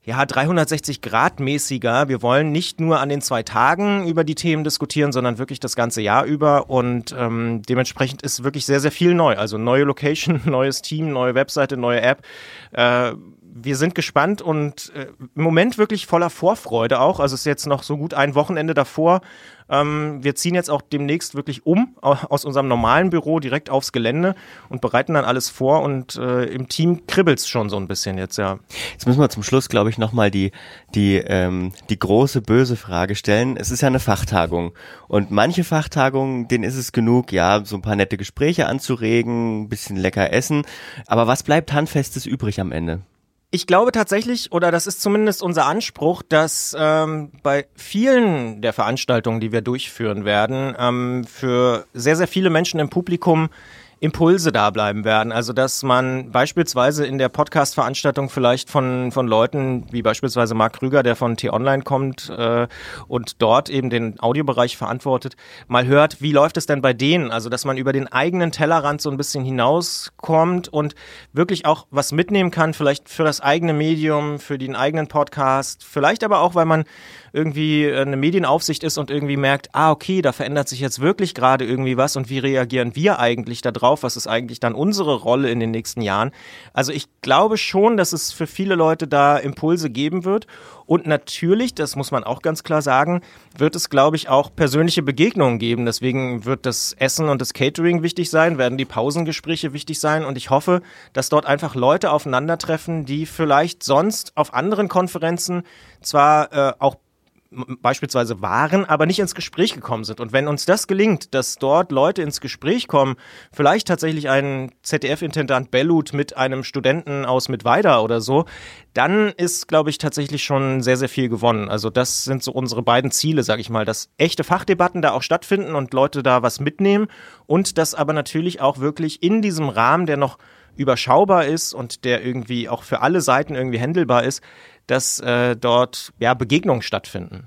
ja, dreihundertsechzig Grad mäßiger. Wir wollen nicht nur an den zwei Tagen über die Themen diskutieren, sondern wirklich das ganze Jahr über und ähm, dementsprechend ist wirklich sehr, sehr viel neu. Also neue Location, neues Team, neue Webseite, neue App. Äh, wir sind gespannt und äh, im Moment wirklich voller Vorfreude auch. Also es ist jetzt noch so gut ein Wochenende davor. Ähm, wir ziehen jetzt auch demnächst wirklich um aus unserem normalen Büro direkt aufs Gelände und bereiten dann alles vor und äh, im Team kribbelt's schon so ein bisschen jetzt, ja. Jetzt müssen wir zum Schluss, glaube ich, nochmal die, die, ähm, die große, böse Frage stellen. Es ist ja eine Fachtagung und manche Fachtagungen, denen ist es genug, ja, so ein paar nette Gespräche anzuregen, ein bisschen lecker essen, aber was bleibt Handfestes übrig am Ende? Ich glaube tatsächlich, oder das ist zumindest unser Anspruch, dass ähm, bei vielen der Veranstaltungen, die wir durchführen werden, ähm, für sehr, sehr viele Menschen im Publikum Impulse da bleiben werden. Also dass man beispielsweise in der Podcast-Veranstaltung vielleicht von von Leuten wie beispielsweise Marc Krüger, der von T-Online kommt äh, und dort eben den Audiobereich verantwortet, mal hört, wie läuft es denn bei denen? Also dass man über den eigenen Tellerrand so ein bisschen hinauskommt und wirklich auch was mitnehmen kann, vielleicht für das eigene Medium, für den eigenen Podcast, vielleicht aber auch, weil man irgendwie eine Medienaufsicht ist und irgendwie merkt, ah okay, da verändert sich jetzt wirklich gerade irgendwie was und wie reagieren wir eigentlich da drauf? Was ist eigentlich dann unsere Rolle in den nächsten Jahren? Also ich glaube schon, dass es für viele Leute da Impulse geben wird und natürlich, das muss man auch ganz klar sagen, wird es, glaube ich, auch persönliche Begegnungen geben. Deswegen wird das Essen und das Catering wichtig sein, werden die Pausengespräche wichtig sein und ich hoffe, dass dort einfach Leute aufeinandertreffen, die vielleicht sonst auf anderen Konferenzen zwar äh, auch beispielsweise waren, aber nicht ins Gespräch gekommen sind. Und wenn uns das gelingt, dass dort Leute ins Gespräch kommen, vielleicht tatsächlich ein Z D F-Intendant Bellut mit einem Studenten aus Mittweida oder so, dann ist, glaube ich, tatsächlich schon sehr, sehr viel gewonnen. Also das sind so unsere beiden Ziele, sage ich mal, dass echte Fachdebatten da auch stattfinden und Leute da was mitnehmen und das aber natürlich auch wirklich in diesem Rahmen, der noch überschaubar ist und der irgendwie auch für alle Seiten irgendwie handelbar ist, dass äh, dort ja Begegnungen stattfinden.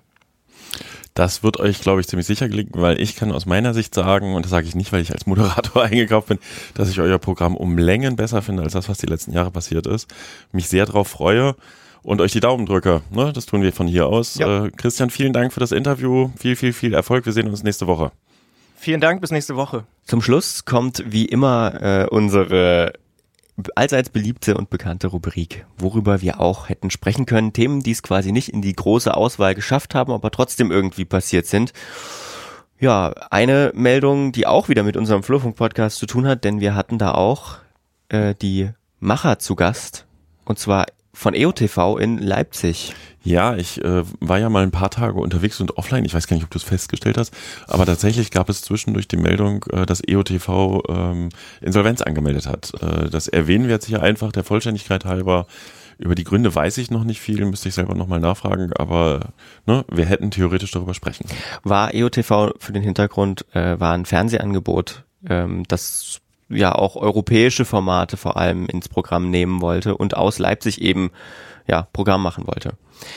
Das wird euch, glaube ich, ziemlich sicher gelingen, weil ich kann aus meiner Sicht sagen, und das sage ich nicht, weil ich als Moderator eingekauft bin, dass ich euer Programm um Längen besser finde, als das, was die letzten Jahre passiert ist. Mich sehr drauf freue und euch die Daumen drücke. Ne? Das tun wir von hier aus. Ja. Äh, Christian, vielen Dank für das Interview. Viel, viel, viel Erfolg. Wir sehen uns nächste Woche. Vielen Dank, bis nächste Woche. Zum Schluss kommt wie immer äh, unsere allseits beliebte und bekannte Rubrik, worüber wir auch hätten sprechen können. Themen, die es quasi nicht in die große Auswahl geschafft haben, aber trotzdem irgendwie passiert sind. Ja, eine Meldung, die auch wieder mit unserem Flurfunk-Podcast zu tun hat, denn wir hatten da auch äh, die Macher zu Gast, und zwar von E O T V in Leipzig. Ja, ich äh, war ja mal ein paar Tage unterwegs und offline. Ich weiß gar nicht, ob du es festgestellt hast, aber tatsächlich gab es zwischendurch die Meldung, äh, dass E O T V ähm, Insolvenz angemeldet hat. Äh, das erwähnen wir jetzt hier einfach der Vollständigkeit halber. Über die Gründe weiß ich noch nicht viel, müsste ich selber nochmal nachfragen, aber ne, wir hätten theoretisch darüber sprechen. War E O T V für den Hintergrund, äh, war ein Fernsehangebot, ähm, das ja auch europäische Formate vor allem ins Programm nehmen wollte und aus Leipzig eben ja Programm machen wollte.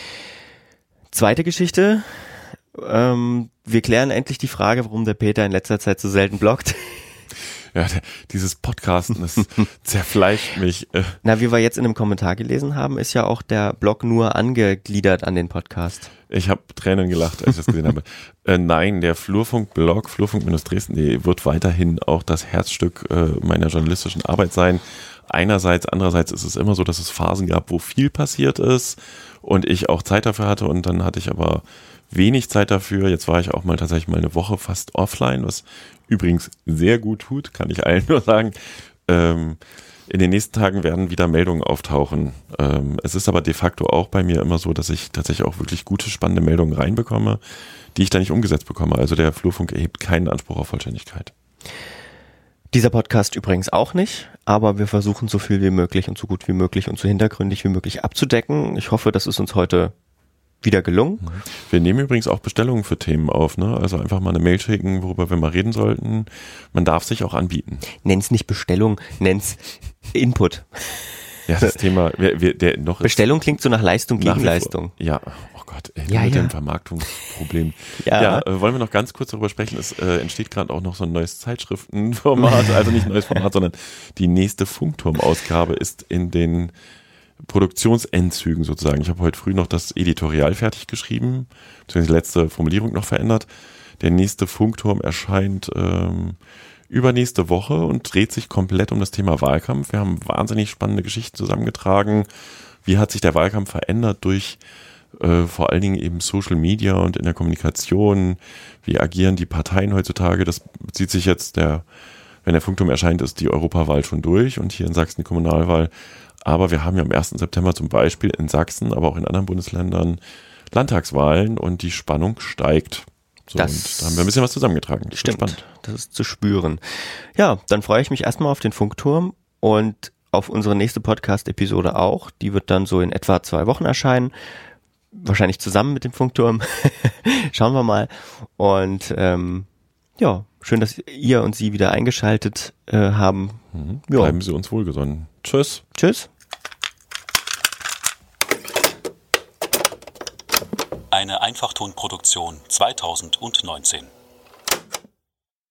Zweite Geschichte, ähm, wir klären endlich die Frage, warum der Peter in letzter Zeit so selten bloggt. Ja, der, dieses Podcasten, das zerfleischt mich. Äh. Na, wie wir jetzt in einem Kommentar gelesen haben, ist ja auch der Blog nur angegliedert an den Podcast. Ich habe Tränen gelacht, als ich das gesehen habe. Äh, nein, der Flurfunk-Blog, Flurfunk-Dresden, die wird weiterhin auch das Herzstück äh, meiner journalistischen Arbeit sein. Einerseits, andererseits ist es immer so, dass es Phasen gab, wo viel passiert ist und ich auch Zeit dafür hatte und dann hatte ich aber wenig Zeit dafür. Jetzt war ich auch mal tatsächlich mal eine Woche fast offline, was übrigens sehr gut tut, kann ich allen nur sagen. Ähm, in den nächsten Tagen werden wieder Meldungen auftauchen. Ähm, es ist aber de facto auch bei mir immer so, dass ich tatsächlich auch wirklich gute, spannende Meldungen reinbekomme, die ich da nicht umgesetzt bekomme. Also der Flurfunk erhebt keinen Anspruch auf Vollständigkeit. Dieser Podcast übrigens auch nicht, aber wir versuchen so viel wie möglich und so gut wie möglich und so hintergründig wie möglich abzudecken. Ich hoffe, das ist uns heute wieder gelungen. Wir nehmen übrigens auch Bestellungen für Themen auf, ne? Also einfach mal eine Mail schicken, worüber wir mal reden sollten. Man darf sich auch anbieten. Nenn's nicht Bestellung, nenn's Input. Ja, das Thema, wer, wer, der noch Bestellung ist, klingt so nach Leistung gegen Leistung. Ja, oh Gott, ey, ja, mit ja. dem Vermarktungsproblem. ja, ja äh, wollen wir noch ganz kurz darüber sprechen? Es äh, entsteht gerade auch noch so ein neues Zeitschriftenformat, also nicht ein neues Format, sondern die nächste Funkturm-Ausgabe ist in den Produktionsendzügen sozusagen. Ich habe heute früh noch das Editorial fertig geschrieben, beziehungsweise die letzte Formulierung noch verändert. Der nächste Funkturm erscheint ähm, übernächste Woche und dreht sich komplett um das Thema Wahlkampf. Wir haben wahnsinnig spannende Geschichten zusammengetragen. Wie hat sich der Wahlkampf verändert durch äh, vor allen Dingen eben Social Media und in der Kommunikation? Wie agieren die Parteien heutzutage? Das bezieht sich jetzt, der, wenn der Funkturm erscheint, ist die Europawahl schon durch und hier in Sachsen die Kommunalwahl. Aber wir haben ja am ersten September zum Beispiel in Sachsen, aber auch in anderen Bundesländern Landtagswahlen und die Spannung steigt. So, das und da haben wir ein bisschen was zusammengetragen. Das stimmt, spannend. Das ist zu spüren. Ja, dann freue ich mich erstmal auf den Funkturm und auf unsere nächste Podcast-Episode auch. Die wird dann so in etwa zwei Wochen erscheinen. Wahrscheinlich zusammen mit dem Funkturm. Schauen wir mal. Und ähm, ja, schön, dass ihr und Sie wieder eingeschaltet äh, haben. Mhm. Ja. Bleiben Sie uns wohlgesonnen. Tschüss. Tschüss. Eine Einfachtonproduktion zweitausendneunzehn.